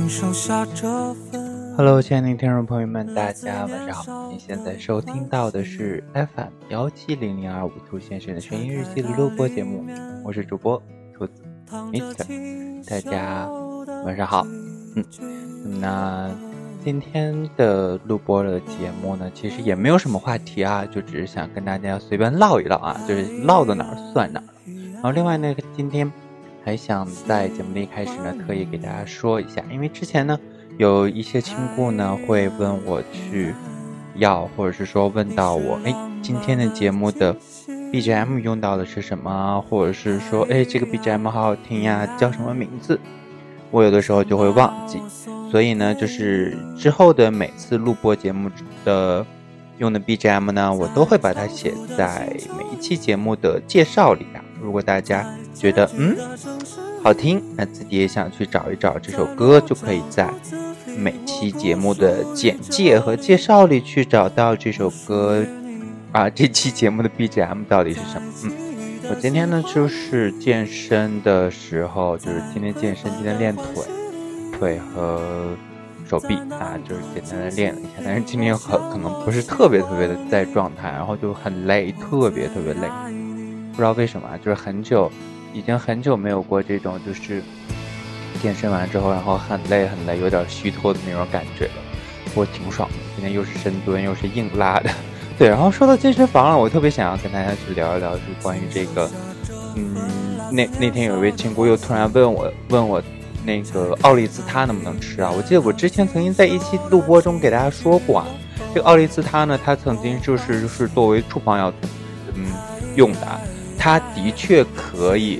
Hello， 亲爱的听众朋友们，大家晚上好！您现在收听到的是 FM1700252兔先生的声音日记的录播节目，我是主播兔子 Mr， 大家晚上好。那今天的录播的节目呢，其实也没有什么话题啊，就只是想跟大家随便唠一唠啊，就是唠到哪儿算哪儿。然后另外呢，今天还想在节目的一开始呢，特意给大家说一下，因为之前呢有一些亲故呢会问我去要，或者是说问到我，今天的节目的 BGM 用到的是什么，或者是说这个 BGM 好好听呀，叫什么名字，我有的时候就会忘记，所以呢就是之后的每次录播节目的用的 BGM 呢，我都会把它写在每一期节目的介绍里啊。如果大家觉得好听，那自己也想去找一找这首歌，就可以在每期节目的简介和介绍里去找到这首歌啊，这期节目的 BGM 到底是什么。我今天呢就是健身的时候，就是今天健身，今天练腿和手臂啊，就是简单的练了一下，但是今天可能不是特别的在状态，然后就很累，特别累，不知道为什么，就是已经很久没有过这种就是健身完之后然后很累有点虚脱的那种感觉了，我挺爽的。今天又是深蹲又是硬拉的，对。然后说到健身房了，我特别想要跟大家去聊一聊，是关于这个那天有一位亲姑又突然问我那个奥利司他能不能吃啊？我记得我之前曾经在一期录播中给大家说过啊，这个奥利司他呢，他曾经就是作为处方药用的，它的确可以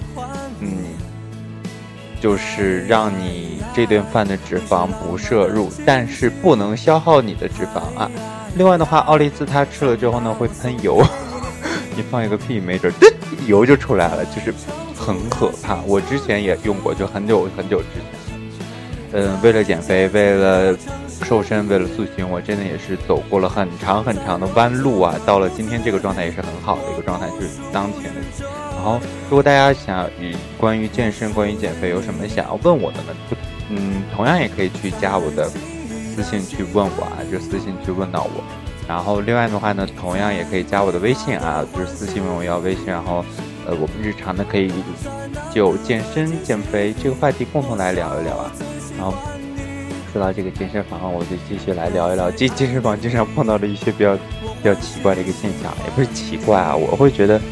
就是让你这顿饭的脂肪不摄入，但是不能消耗你的脂肪啊。另外的话，奥利司他吃了之后呢会喷油你放一个屁没准油就出来了，就是很可怕。我之前也用过，就很久之前为了减肥，为了瘦身，为了塑形，我真的也是走过了很长的弯路啊，到了今天这个状态也是很好的一个状态，就是当前的。然后如果大家想关于健身关于减肥有什么想要问我的呢，同样也可以去加我的私信去问我啊，就私信去问到我。然后另外的话呢，同样也可以加我的微信啊，就是私信问我要微信，然后我们日常的可以就健身减肥这个话题共同来聊一聊啊。然后说到这个健身房，我就继续来聊一聊健身房经常碰到的一些比较奇怪的一个现象，也不是奇怪啊，我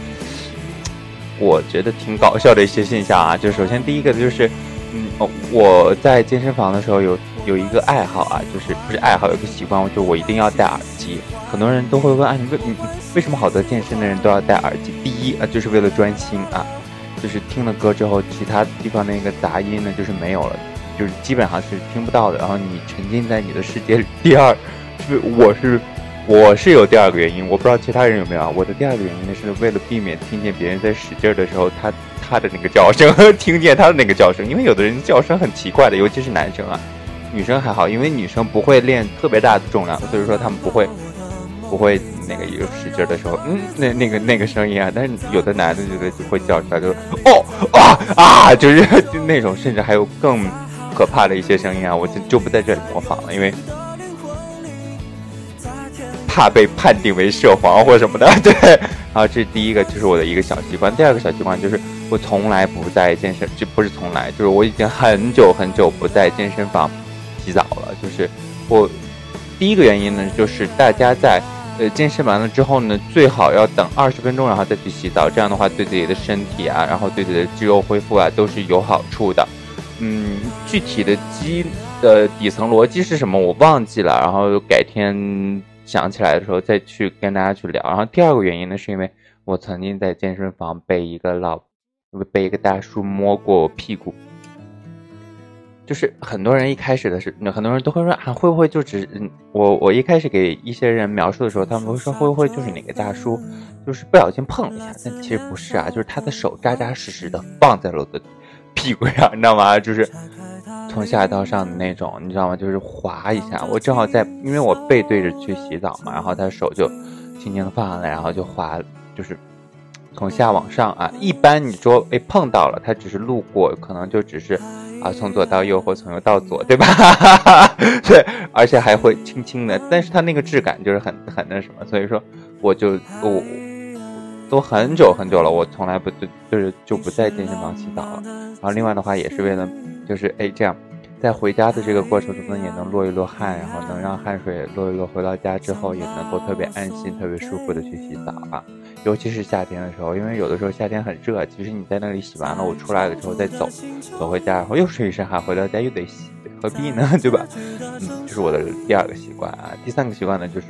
觉得挺搞笑的一些现象啊。就首先第一个就是我在健身房的时候有一个爱好啊，就是不是爱好，有个习惯，就我一定要戴耳机。很多人都会问你为什么好多健身的人都要戴耳机？第一啊，就是为了专心啊，就是听了歌之后其他地方那个杂音呢就是没有了，就是基本上是听不到的，然后你沉浸在你的世界里。第二就是我是有第二个原因，我不知道其他人有没有啊。我的第二个原因呢是为了避免听见别人在使劲的时候他的那个叫声听见他的那个叫声，因为有的人叫声很奇怪的，尤其是男生啊，女生还好，因为女生不会练特别大的重量，所以说他们不会那个一个使劲的时候那个声音啊，但是有的男的就会叫出来，就就是那种，甚至还有更可怕的一些声音啊，我就不在这里模仿了，因为怕被判定为涉黄或什么的。对，然后这是第一个，就是我的一个小习惯。第二个小习惯就是我从来不在健身，这不是从来，就是我已经很久不在健身房洗澡了。就是我第一个原因呢，就是大家在健身完了之后呢，最好要等20分钟，然后再去洗澡，这样的话对自己的身体啊，然后对自己的肌肉恢复啊都是有好处的。具体的底层逻辑是什么我忘记了，然后改天想起来的时候再去跟大家去聊。然后第二个原因呢，是因为我曾经在健身房被一个大叔摸过我屁股。就是很多人一开始很多人都会说会不会就我一开始给一些人描述的时候，他们会说会不会就是哪个大叔就是不小心碰了一下，但其实不是啊，就是他的手扎扎实实的放在了我的屁股上，你知道吗？就是从下到上的那种，你知道吗？就是滑一下，我正好因为我背对着去洗澡嘛，然后他手就轻轻的放下来，然后就滑，就是从下往上啊。一般你说碰到了，他只是路过，可能就只是啊，从左到右或从右到左，对吧？对，而且还会轻轻的，但是它那个质感就是很那什么，所以说我都很久了，我从来就不在健身房洗澡了。然后另外的话也是为了就是这样在回家的这个过程中呢，也能落一落汗，然后能让汗水落一落，回到家之后也能够特别安心特别舒服的去洗澡啊。尤其是夏天的时候，因为有的时候夏天很热，其实你在那里洗完了，我出来了之后再走回家，然后又是一身汗，回到家又得洗，何必呢，对吧？这是我的第二个习惯啊。第三个习惯呢，就是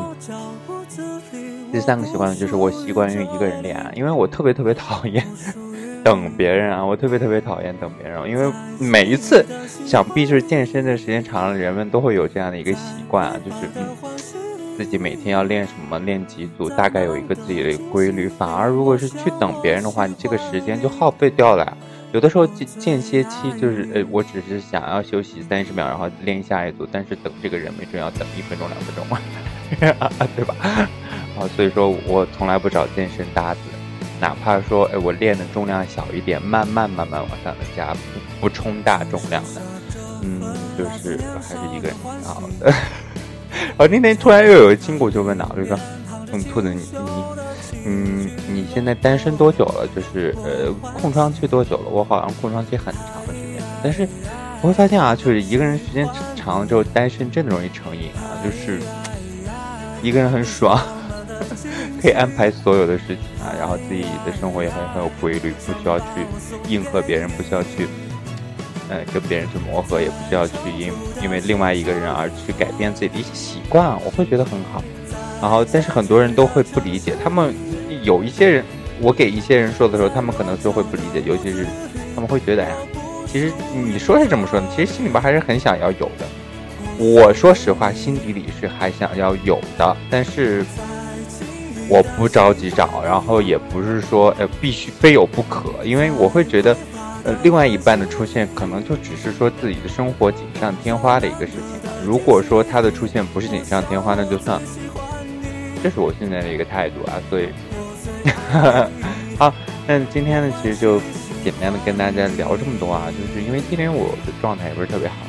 第三个习惯呢，就是我习惯于一个人练啊，因为我特别讨厌等别人啊，我特别讨厌等别人，因为每一次想必就是健身的时间长了，人们都会有这样的一个习惯啊，就是自己每天要练什么，练几组，大概有一个自己的规律。反而如果是去等别人的话，你这个时间就耗费掉了。有的时候间歇期就是我只是想要休息30秒，然后练下一组，但是等这个人没准要等1分钟2分钟对吧？所以说我从来不找健身搭子，哪怕说我练的重量小一点，慢慢往上的加，不冲大重量的，就是还是一个人挺好的。然后那天突然又有亲骨就问到，就说兔子你现在单身多久了？就是空窗期多久了？我好像空窗期很长的时间，但是我会发现啊，就是一个人时间长了之后，单身真的容易成瘾啊，就是一个人很爽，可以安排所有的事情啊，然后自己的生活也很有规律，不需要去迎合别人，不需要去跟别人去磨合，也不需要去因为另外一个人而去改变自己的一些习惯，我会觉得很好。然后但是很多人都会不理解，他们有一些人，我给一些人说的时候，他们可能就会不理解，尤其是他们会觉得其实你说是这么说的，其实心里边还是很想要有的。我说实话，心底里是还想要有的，但是我不着急找，然后也不是说必须非有不可，因为我会觉得另外一半的出现可能就只是说自己的生活锦上添花的一个事情。如果说他的出现不是锦上添花，那就算了，这是我现在的一个态度啊。所以好，那今天呢其实就简单的跟大家聊这么多啊，就是因为今天我的状态也不是特别好，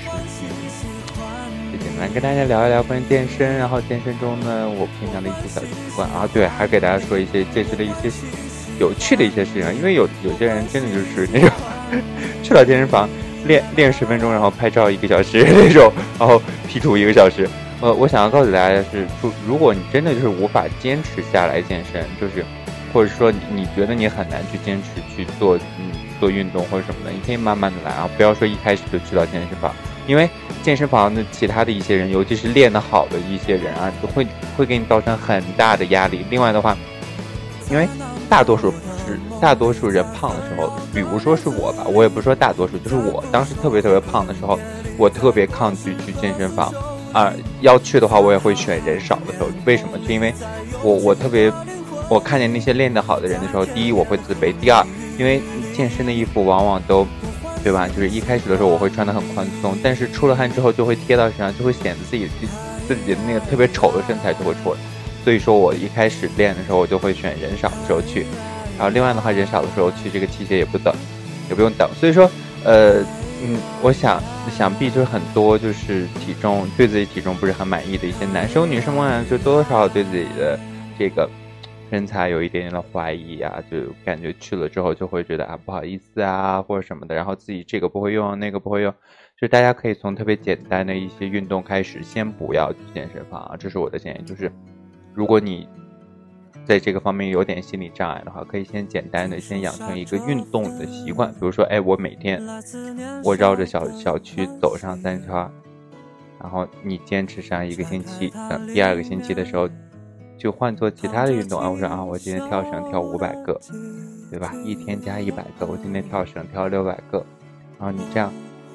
就简单跟大家聊一聊关于健身，然后健身中呢我平常的一些小习惯啊，对，还给大家说一些健身的一些有趣的一些事情，因为有些人真的就是那种去到健身房练10分钟，然后拍照1个小时那种，然后 P 图1个小时。我想要告诉大家的是，如果你真的就是无法坚持下来健身，就是或者说你觉得你很难去坚持去做运动或者什么的，你可以慢慢的来啊，不要说一开始就去到健身房，因为健身房的其他的一些人，尤其是练得好的一些人啊，会给你造成很大的压力。另外的话，因为大多数人胖的时候，比如说是我吧，我也不说大多数，就是我当时特别胖的时候，我特别抗拒去健身房啊，要去的话我也会选人少的时候。为什么？就因为我看见那些练得好的人的时候，第一我会自卑，第二因为健身的衣服往往都对吧，就是一开始的时候我会穿得很宽松，但是出了汗之后就会贴到身上，就会显得自己的那个特别丑的身材就会出来。所以说我一开始练的时候我就会选人少的时候去，然后另外的话人少的时候去，这个器械也不用等。所以说我想必就是很多就是对自己体重不是很满意的一些男生女生们，就多多少少对自己的这个身材有一点点的怀疑啊，就感觉去了之后就会觉得不好意思啊或者什么的，然后自己这个不会用那个不会用，就大家可以从特别简单的一些运动开始，先不要去健身房啊，这是我的建议。就是如果你在这个方面有点心理障碍的话，可以先简单的先养成一个运动的习惯，比如说我每天我绕着小区走上3圈，然后你坚持上1个星期，等第2个星期的时候就换做其他的运动啊。我说我今天跳绳跳500个，对吧？一天加100个，我今天跳绳跳600个，然后你这样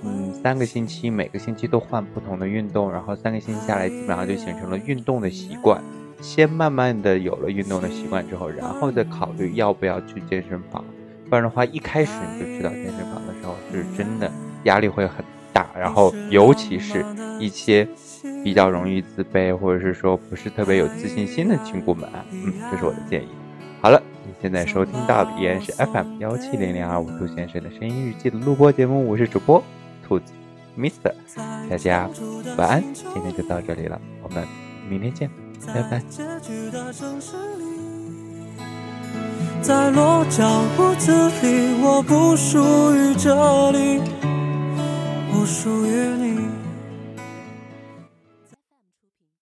3个星期每个星期都换不同的运动，然后3个星期下来基本上就形成了运动的习惯。先慢慢的有了运动的习惯之后，然后再考虑要不要去健身房，不然的话一开始你就去到健身房的时候是真的压力会很大，然后尤其是一些比较容易自卑或者是说不是特别有自信心的亲骨们这是我的建议。 好了，你现在收听到的依然是 FM17002兔先生的声音日记的录播节目，我是主播兔子 Mr， 大家晚安，今天就到这里了，我们明天见，拜拜。 在落脚屋子里，我不属于这里，我属于你。